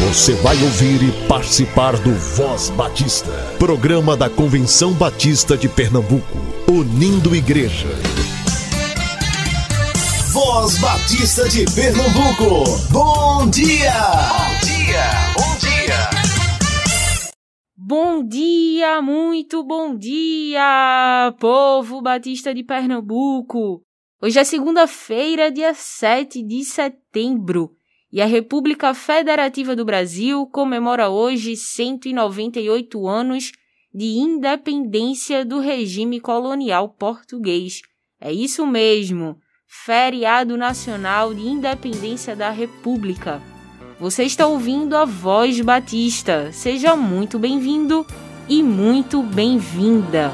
Você vai ouvir e participar do Voz Batista, programa da Convenção Batista de Pernambuco, unindo igreja. Voz Batista de Pernambuco, bom dia! Bom dia, bom dia! Bom dia, muito bom dia, povo batista de Pernambuco! Hoje é segunda-feira, dia 7 de setembro, e a República Federativa do Brasil comemora hoje 198 anos de independência do regime colonial português. É isso mesmo, feriado nacional de independência da República. Você está ouvindo a Voz Batista. Seja muito bem-vindo e muito bem-vinda.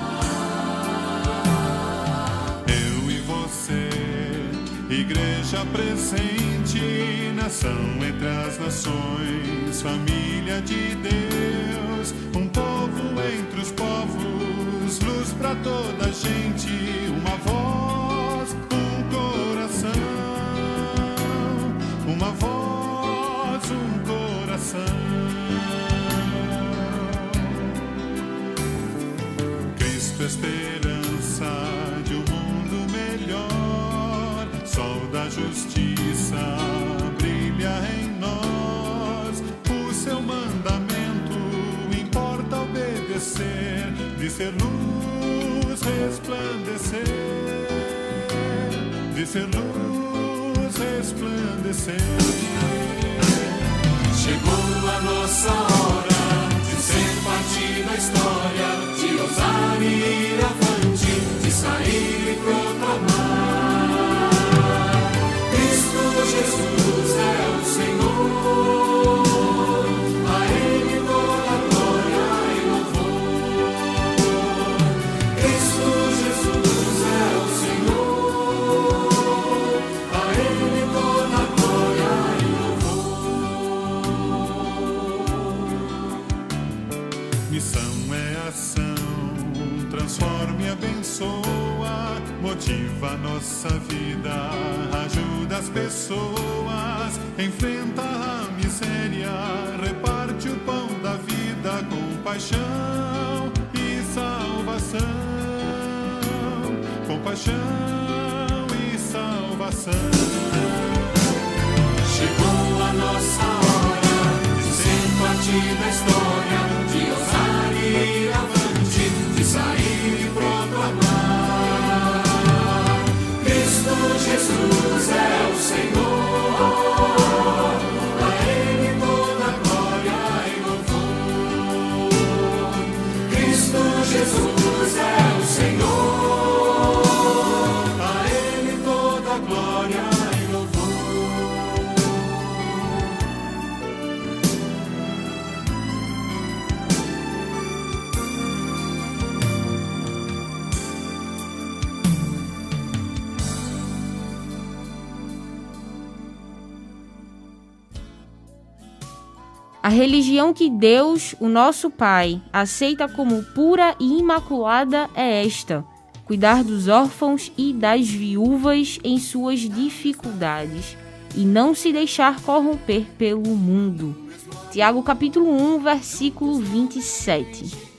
Eu e você, igreja presente, nação entre as nações, família de Deus, um povo entre os povos, luz para toda a gente, uma voz, um coração, uma voz, um coração. Cristo, esperança de um mundo melhor, sol da justiça brilha em nós, o seu mandamento importa obedecer, de ser luz resplandecer, de ser luz resplandecer. Chegou a nossa hora de ser parte da história, de ousar e ir avante, de sair e proclamar: Cristo Jesus é o Senhor, a Ele toda a glória e louvor. Cristo Jesus é o Senhor, a Ele toda a glória e louvor. Missão é ação, transforma e abençoa, motiva a nossa vida, ajuda as pessoas, enfrenta a miséria, reparte o pão da vida com paixão e salvação, com paixão e salvação. Chegou a nossa hora de ser parte da história, de ousar e ir avante, de sair e proclamar: Cristo Jesus é o Senhor, a Ele toda a glória e louvor. Cristo Jesus é o Senhor, a Ele toda a glória e louvor. A religião que Deus, o nosso Pai, aceita como pura e imaculada é esta: cuidar dos órfãos e das viúvas em suas dificuldades e não se deixar corromper pelo mundo. Tiago capítulo 1, versículo 27.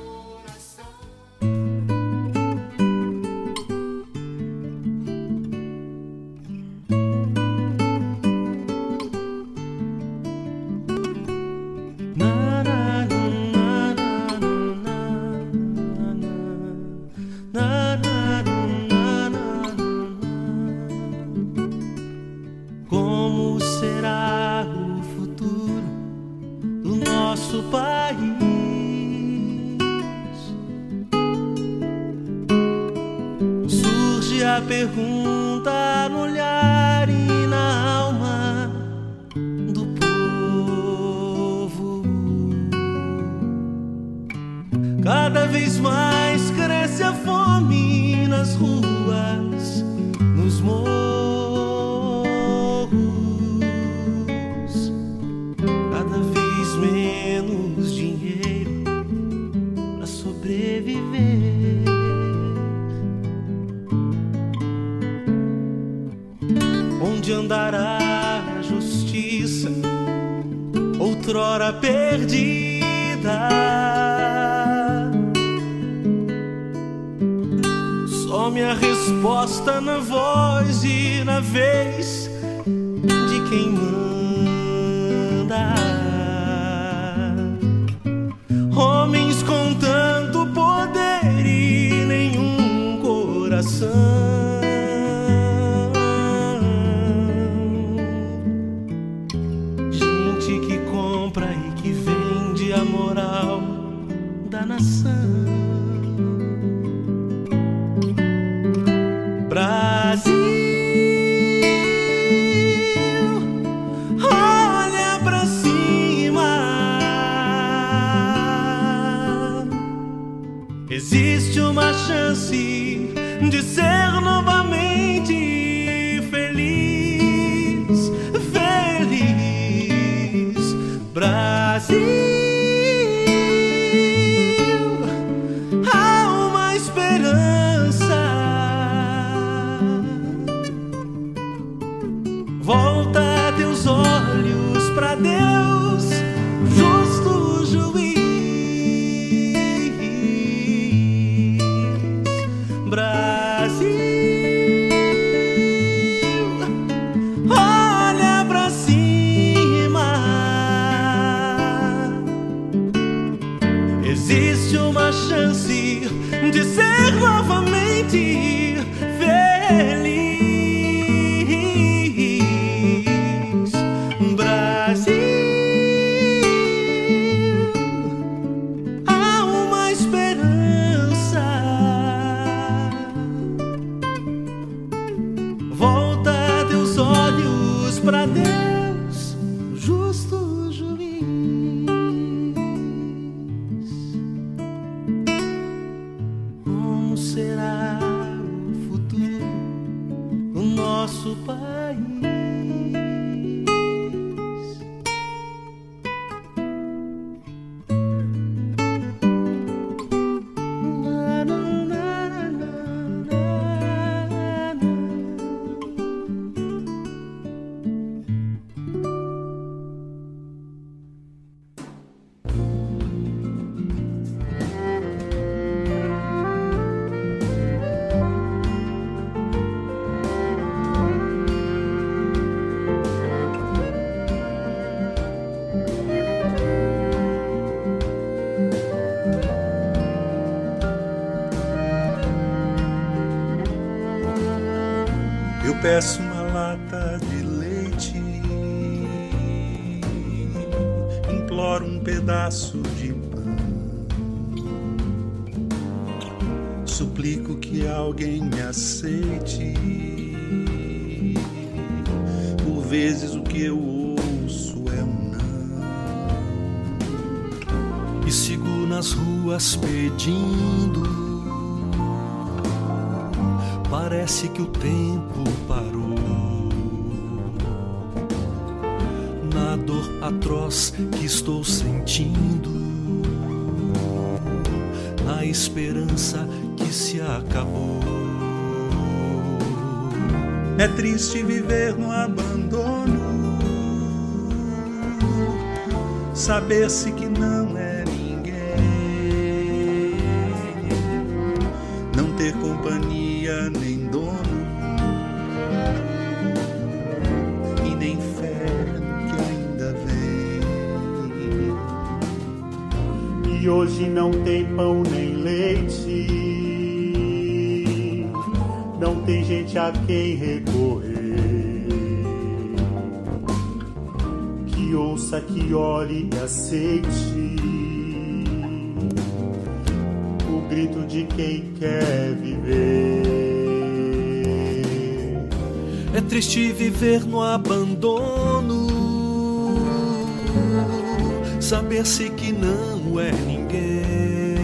Como será o futuro do nosso país? Surge a pergunta no olhar e na alma do povo. Cada vez mais cresce a fome nas ruas, nos morros. Cada vez menos dinheiro para sobreviver. Onde andará a justiça? Ou outrora perdida. Some a resposta na voz e na vez de quem manda. Homens com tanto poder e nenhum coração. Gente que compra e que vende a moral da nação. Brasil, olha pra cima. Existe uma chance de ser novamente feliz, feliz. Brasil, há uma esperança. Volta teus olhos pra Deus, justo juiz. Brasil, olha pra cima. Existe uma chance de ser novamente feliz. Pra Deus, justo juiz. Como será o futuro do nosso país? Peço uma lata de leite, imploro um pedaço de pão, suplico que alguém me aceite. Por vezes o que eu ouço é um não, e sigo nas ruas pedindo. Parece que o tempo parou. Na dor atroz que estou sentindo, na esperança que se acabou. É triste viver no abandono, saber-se que não é ninguém, não ter companhia nem dono, e nem fé no que ainda vem. E hoje não tem pão nem leite, não tem gente a quem recorrer, que ouça, que olhe e aceite o grito de quem quer viver. É triste viver no abandono, saber-se que não é ninguém,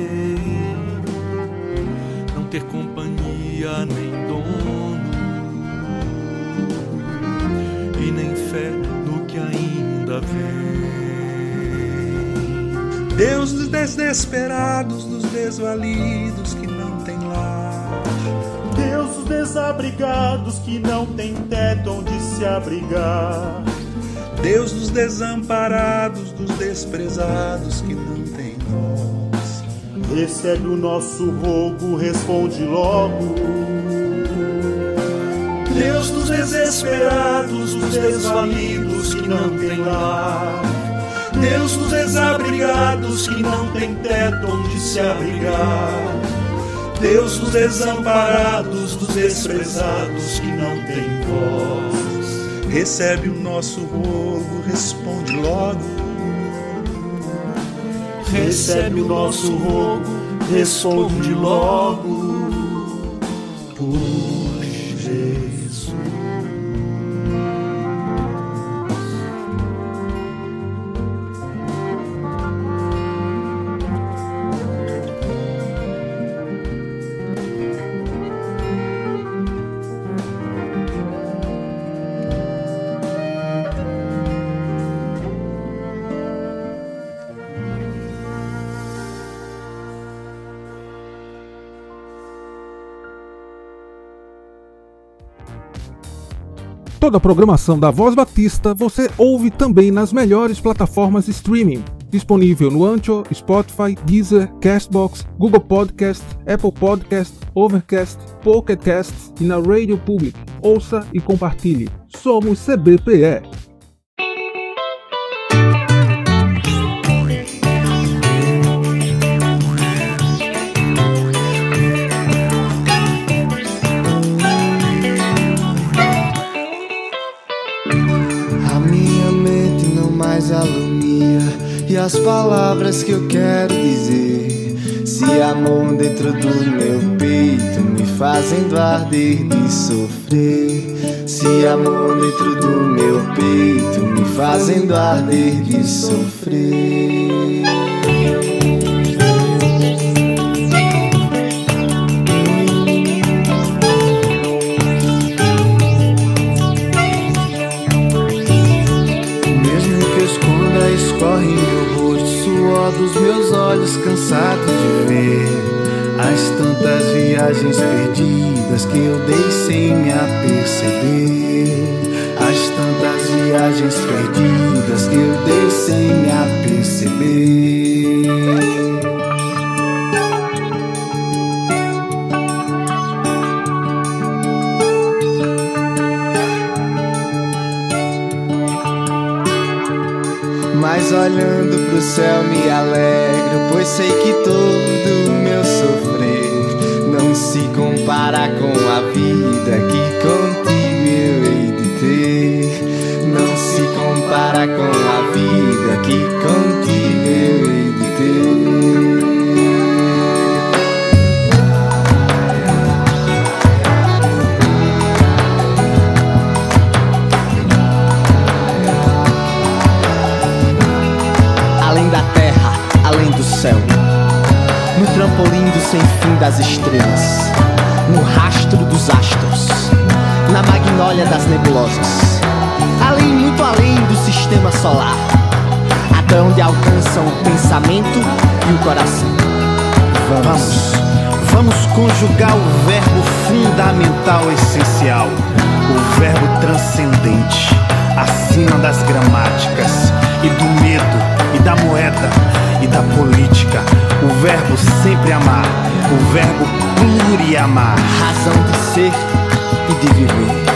não ter companhia nem dono, e nem fé no que ainda vem. Deus dos desesperados, dos desvalidos que não tem lar, Deus dos desabrigados que não tem teto onde se abrigar, Deus dos desamparados, dos desprezados que não têm voz. Recebe o nosso rogo, responde logo. Deus dos desesperados, dos desvalidos que não têm lar. Deus dos desabrigados que não têm teto onde se abrigar. Deus dos desamparados, dos desprezados que não têm voz. Recebe o nosso rogo, responde logo. Recebe o nosso rogo, responde logo. Por Jesus. Toda a programação da Voz Batista você ouve também nas melhores plataformas de streaming. Disponível no Anchor, Spotify, Deezer, Castbox, Google Podcast, Apple Podcast, Overcast, Pocket Cast e na Radio Public. Ouça e compartilhe. Somos CBPE. Alumia e as palavras que eu quero dizer, se amor dentro do meu peito me fazendo arder de sofrer, se amor dentro do meu peito me fazendo arder de sofrer. Escorre meu rosto, suor dos meus olhos cansados de ver as tantas viagens perdidas que eu dei sem me aperceber, as tantas viagens perdidas que eu dei sem me aperceber. Mas olhando pro céu me alegro, pois sei que todo meu sofrer não se compara com a vida que contigo eu hei de ter, não se compara com a vida que contigo eu hei de ter. Além do céu, no trampolim do sem fim das estrelas, no rastro dos astros, na magnólia das nebulosas, além, muito além do sistema solar, até onde alcançam o pensamento e o coração. Vamos conjugar o verbo fundamental essencial, o verbo transcendente, acima das gramáticas e do medo e da moeda e da política, o verbo sempre amar, o verbo pluriamar, razão de ser e de viver.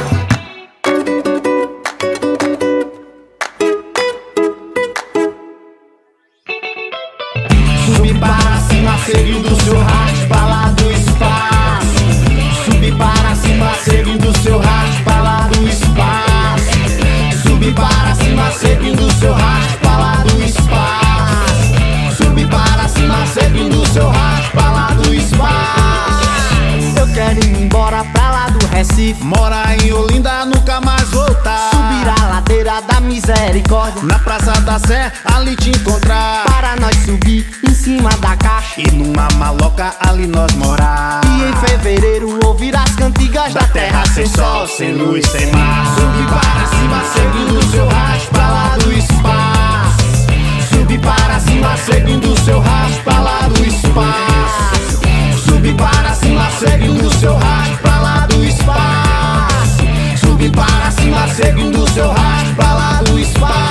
Subir para cima, seguindo o seu rastro para lá do espaço. Subir para cima, seguindo o seu rastro para lá do espaço. Subir para cima, seguindo o seu rastro para lá do espaço. Subir para cima, seguindo o seu rastro para lá do espaço. Eu quero ir embora pra lá do Recife, morar em Olinda, nunca mais voltar. Subir a ladeira da misericórdia, na Praça da Sé, ali te encontrar, para nós subir em cima da caixa e numa maloca ali nós morar. E em fevereiro ouvir as cantigas da terra sem sol, sem luz, sem mar. Subir para cima, seguindo o seu rastro pra lá do espaço. Subir para cima, seguindo o seu rastro pra lá do espaço. Subir para cima, seguindo o seu rastro pra lá do espaço. Subir para cima, seguindo o seu rastro pra lá do espaço.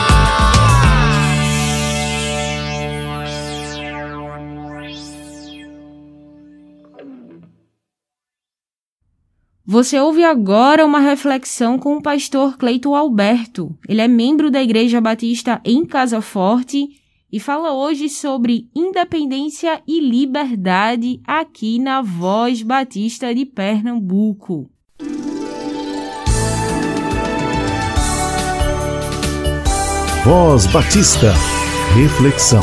Você ouve agora uma reflexão com o pastor Cleiton Alberto. Ele é membro da Igreja Batista em Casa Forte e fala hoje sobre independência e liberdade aqui na Voz Batista de Pernambuco. Voz Batista. Reflexão.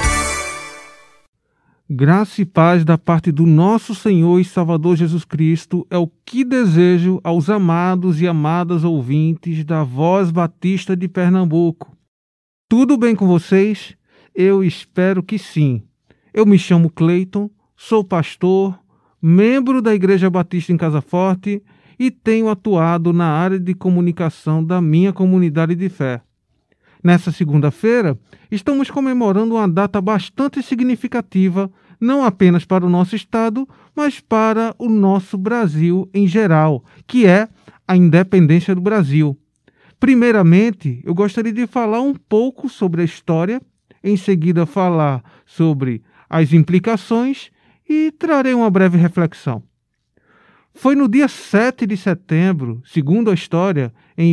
Graça e paz da parte do nosso Senhor e Salvador Jesus Cristo é o que desejo aos amados e amadas ouvintes da Voz Batista de Pernambuco. Tudo bem com vocês? Eu espero que sim. Eu me chamo Cleiton, sou pastor, membro da Igreja Batista em Casa Forte e tenho atuado na área de comunicação da minha comunidade de fé. Nessa segunda-feira, estamos comemorando uma data bastante significativa, não apenas para o nosso estado, mas para o nosso Brasil em geral, que é a independência do Brasil. Primeiramente, eu gostaria de falar um pouco sobre a história, em seguida falar sobre as implicações e trarei uma breve reflexão. Foi no dia 7 de setembro, segundo a história, em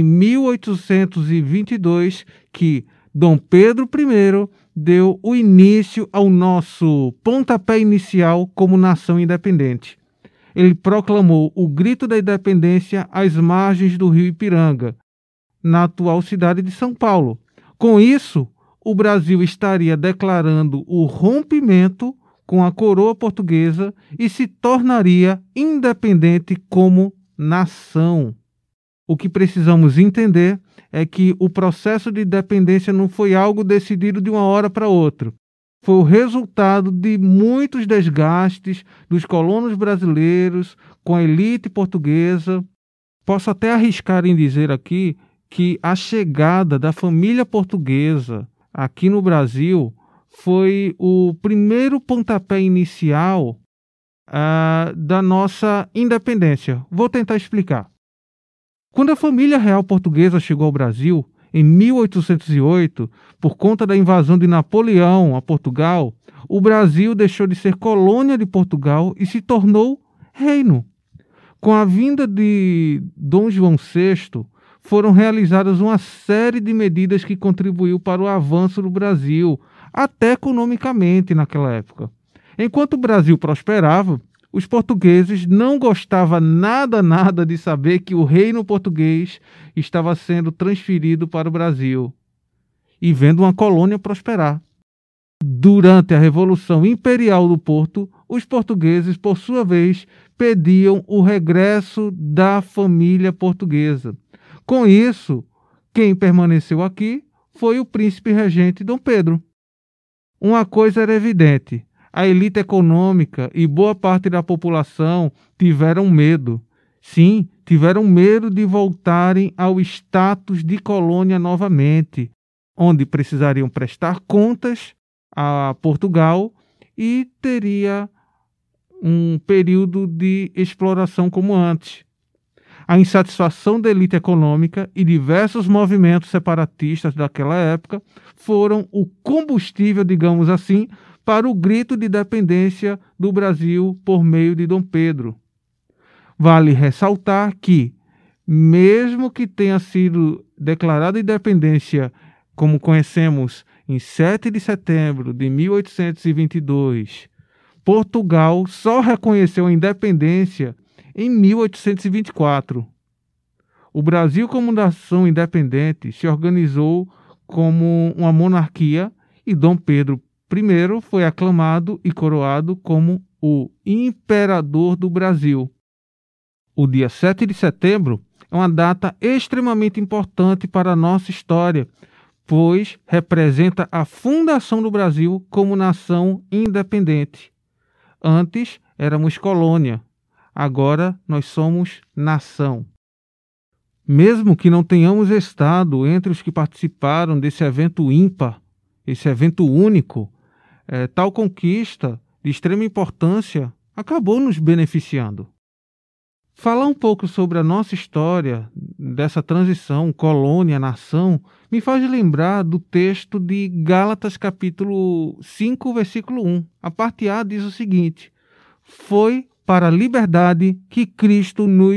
1822, que Dom Pedro I deu o início ao nosso pontapé inicial como nação independente. Ele proclamou o grito da independência às margens do rio Ipiranga, na atual cidade de São Paulo. Com isso, o Brasil estaria declarando o rompimento com a coroa portuguesa e se tornaria independente como nação. O que precisamos entender é que o processo de independência não foi algo decidido de uma hora para outra. Foi o resultado de muitos desgastes dos colonos brasileiros com a elite portuguesa. Posso até arriscar em dizer aqui que a chegada da família portuguesa aqui no Brasil foi o primeiro pontapé inicial da nossa independência. Vou tentar explicar. Quando a família real portuguesa chegou ao Brasil, em 1808, por conta da invasão de Napoleão a Portugal, o Brasil deixou de ser colônia de Portugal e se tornou reino. Com a vinda de Dom João VI, foram realizadas uma série de medidas que contribuiu para o avanço do Brasil, até economicamente naquela época. Enquanto o Brasil prosperava, os portugueses não gostavam nada de saber que o reino português estava sendo transferido para o Brasil e vendo uma colônia prosperar. Durante a Revolução Imperial do Porto, os portugueses, por sua vez, pediam o regresso da família portuguesa. Com isso, quem permaneceu aqui foi o príncipe regente Dom Pedro. Uma coisa era evidente: a elite econômica e boa parte da população tiveram medo. Sim, tiveram medo de voltarem ao status de colônia novamente, onde precisariam prestar contas a Portugal e teria um período de exploração como antes. A insatisfação da elite econômica e diversos movimentos separatistas daquela época foram o combustível, digamos assim, para o grito de independência do Brasil por meio de Dom Pedro. Vale ressaltar que, mesmo que tenha sido declarada independência, como conhecemos, em 7 de setembro de 1822, Portugal só reconheceu a independência em 1824. O Brasil, como nação independente, se organizou como uma monarquia e Dom Pedro I foi aclamado e coroado como o imperador do Brasil. O dia 7 de setembro é uma data extremamente importante para a nossa história, pois representa a fundação do Brasil como nação independente. Antes éramos colônia. Agora nós somos nação. Mesmo que não tenhamos estado entre os que participaram desse evento ímpar, esse evento único, tal conquista de extrema importância acabou nos beneficiando. Falar um pouco sobre a nossa história dessa transição colônia-nação me faz lembrar do texto de Gálatas capítulo 5, versículo 1. A parte A diz o seguinte: foi para a liberdade que Cristo nos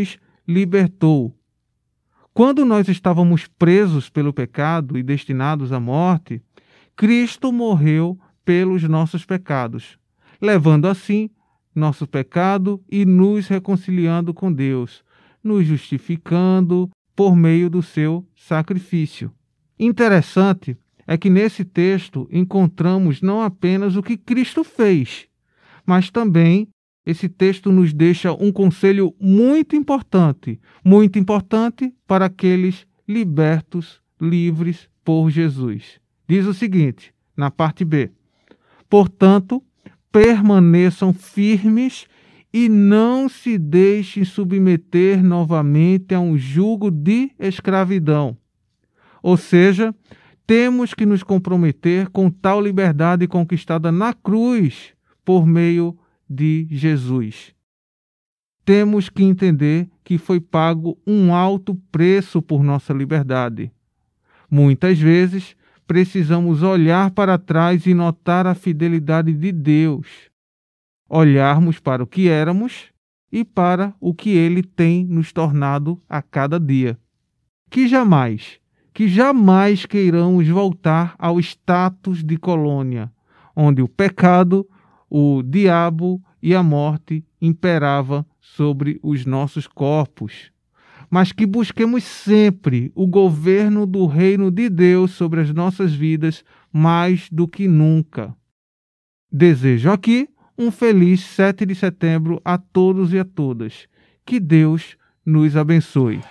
libertou. Quando nós estávamos presos pelo pecado e destinados à morte, Cristo morreu pelos nossos pecados, levando assim nosso pecado e nos reconciliando com Deus, nos justificando por meio do seu sacrifício. Interessante é que nesse texto encontramos não apenas o que Cristo fez, mas também esse texto nos deixa um conselho muito importante para aqueles libertos, livres por Jesus. Diz o seguinte, na parte B: portanto, permaneçam firmes e não se deixem submeter novamente a um jugo de escravidão. Ou seja, temos que nos comprometer com tal liberdade conquistada na cruz por meio de Jesus. Temos que entender que foi pago um alto preço por nossa liberdade. Muitas vezes, precisamos olhar para trás e notar a fidelidade de Deus. Olharmos para o que éramos e para o que Ele tem nos tornado a cada dia. Que jamais queiramos voltar ao status de colônia, onde o pecado, o diabo e a morte imperavam sobre os nossos corpos, mas que busquemos sempre o governo do reino de Deus sobre as nossas vidas mais do que nunca. Desejo aqui um feliz 7 de setembro a todos e a todas. Que Deus nos abençoe.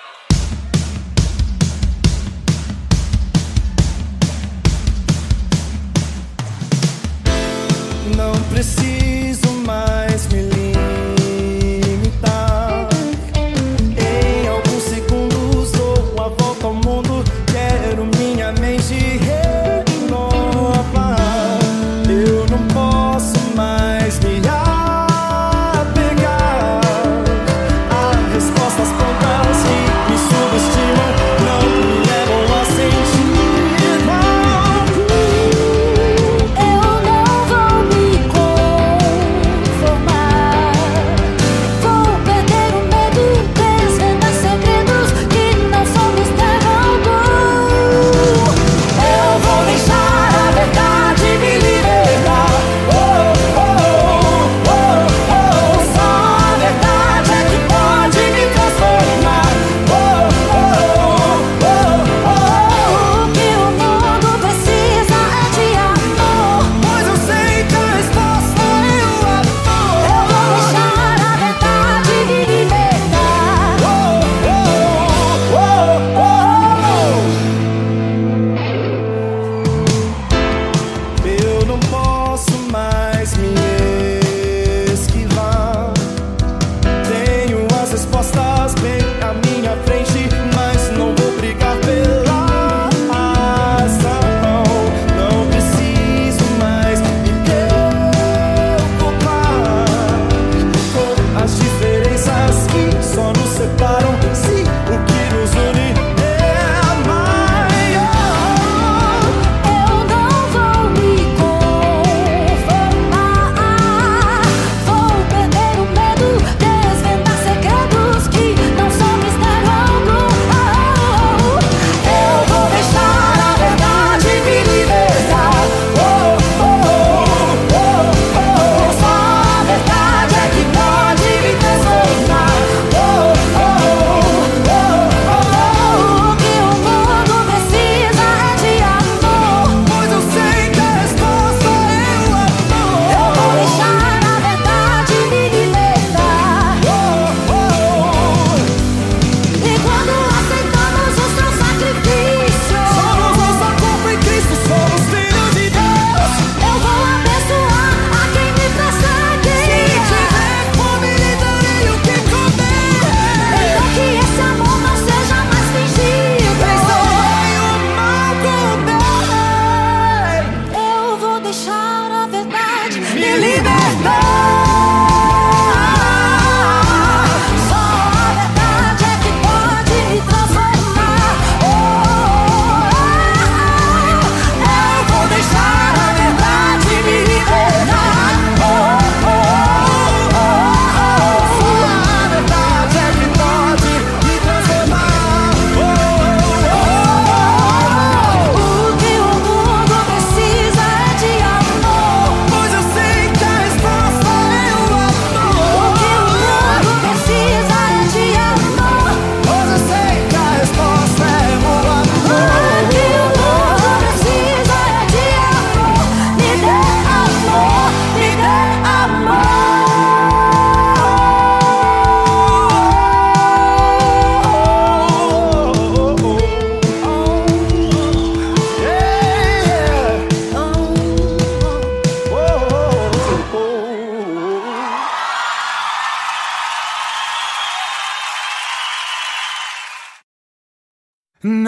Não preciso mais me limitar. Em alguns segundos dou a volta ao mundo. Quero minha mente renovar. Eu não posso mais me apegar a respostas prontas que me subestimam, não me levam a sentir. Eu não vou me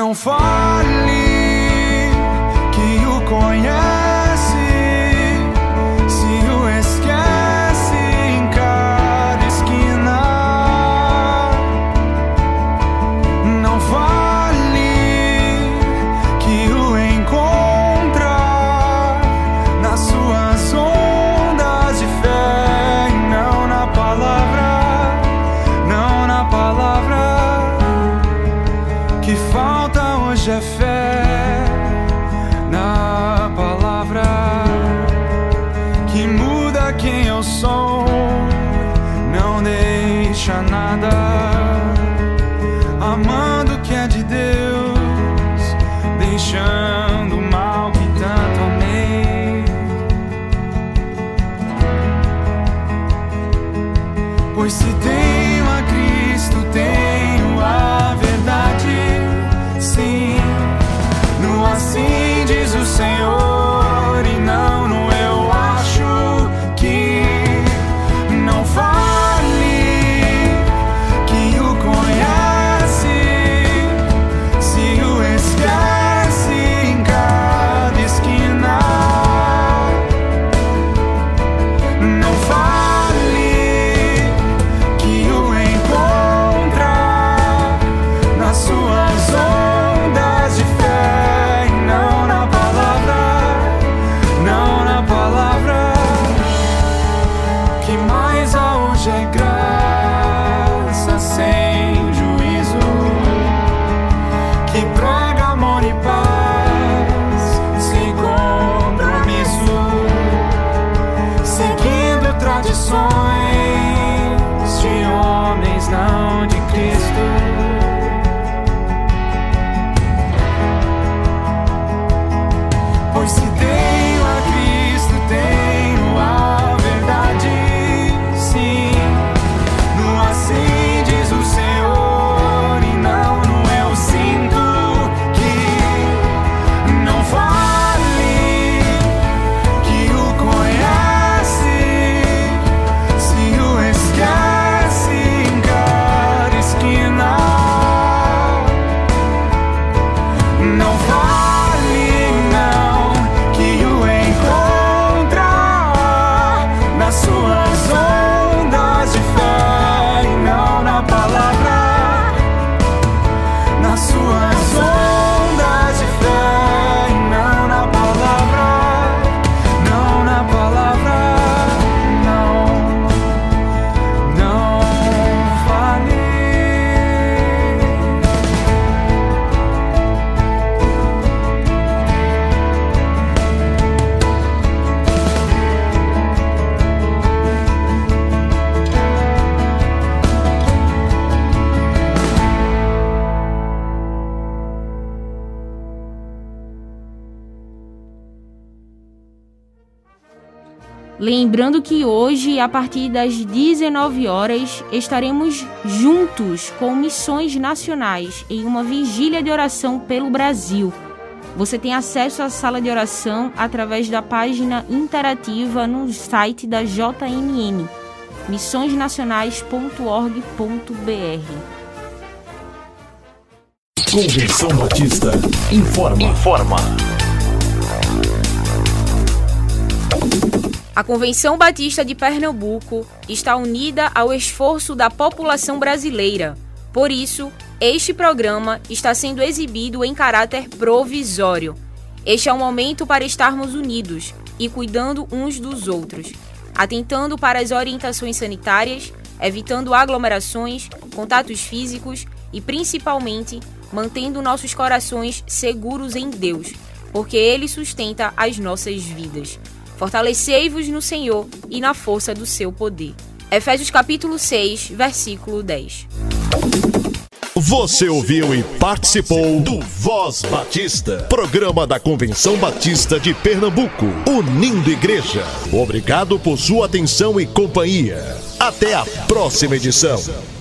Não fale que o conhece, se o esquece em cada esquina. Não fale que o encontra nas suas ondas de fé, e não na palavra, não na palavra. Que falta hoje é fé na palavra, que muda quem eu sou, não deixa nada, amando o que é de Deus, deixando o mal que tanto amei. Pois se tenho a Cristo, tenho a verdade. Sim, no assim diz o Senhor, e não no eu acho que. Não fale que o conhece, se o esquece em cada esquina. Não fale que o encontra nas suas ondas de fé, e não na palavra, não na palavra. Que mais há hoje é graça sem juízo, que prega amor e paz sem compromisso, seguindo tradições de homens, não de Cristo. Pois se tenho a Cristo, tenho a verdade. Sim, no assim diz o Senhor, e não no eu sinto que. Não fale que o conhece, se o esquece em cada esquina. Não fale, não, que o encontra nas suas ondas de fé, e não na palavra, nas suas ondas de fé, e não na palavra, não na palavra, não, não fale. Lembrando que hoje, a partir das 19 horas, estaremos juntos com Missões Nacionais em uma vigília de oração pelo Brasil. Você tem acesso à sala de oração através da página interativa no site da JMN, missõesnacionais.org.br. Convenção Batista informa. A Convenção Batista de Pernambuco está unida ao esforço da população brasileira. Por isso, este programa está sendo exibido em caráter provisório. Este é um momento para estarmos unidos e cuidando uns dos outros, atentando para as orientações sanitárias, evitando aglomerações, contatos físicos e, principalmente, mantendo nossos corações seguros em Deus, porque Ele sustenta as nossas vidas. Fortalecei-vos no Senhor e na força do seu poder. Efésios capítulo 6, versículo 10. Você ouviu e participou do Voz Batista, programa da Convenção Batista de Pernambuco, unindo igreja. Obrigado por sua atenção e companhia. Até a próxima edição.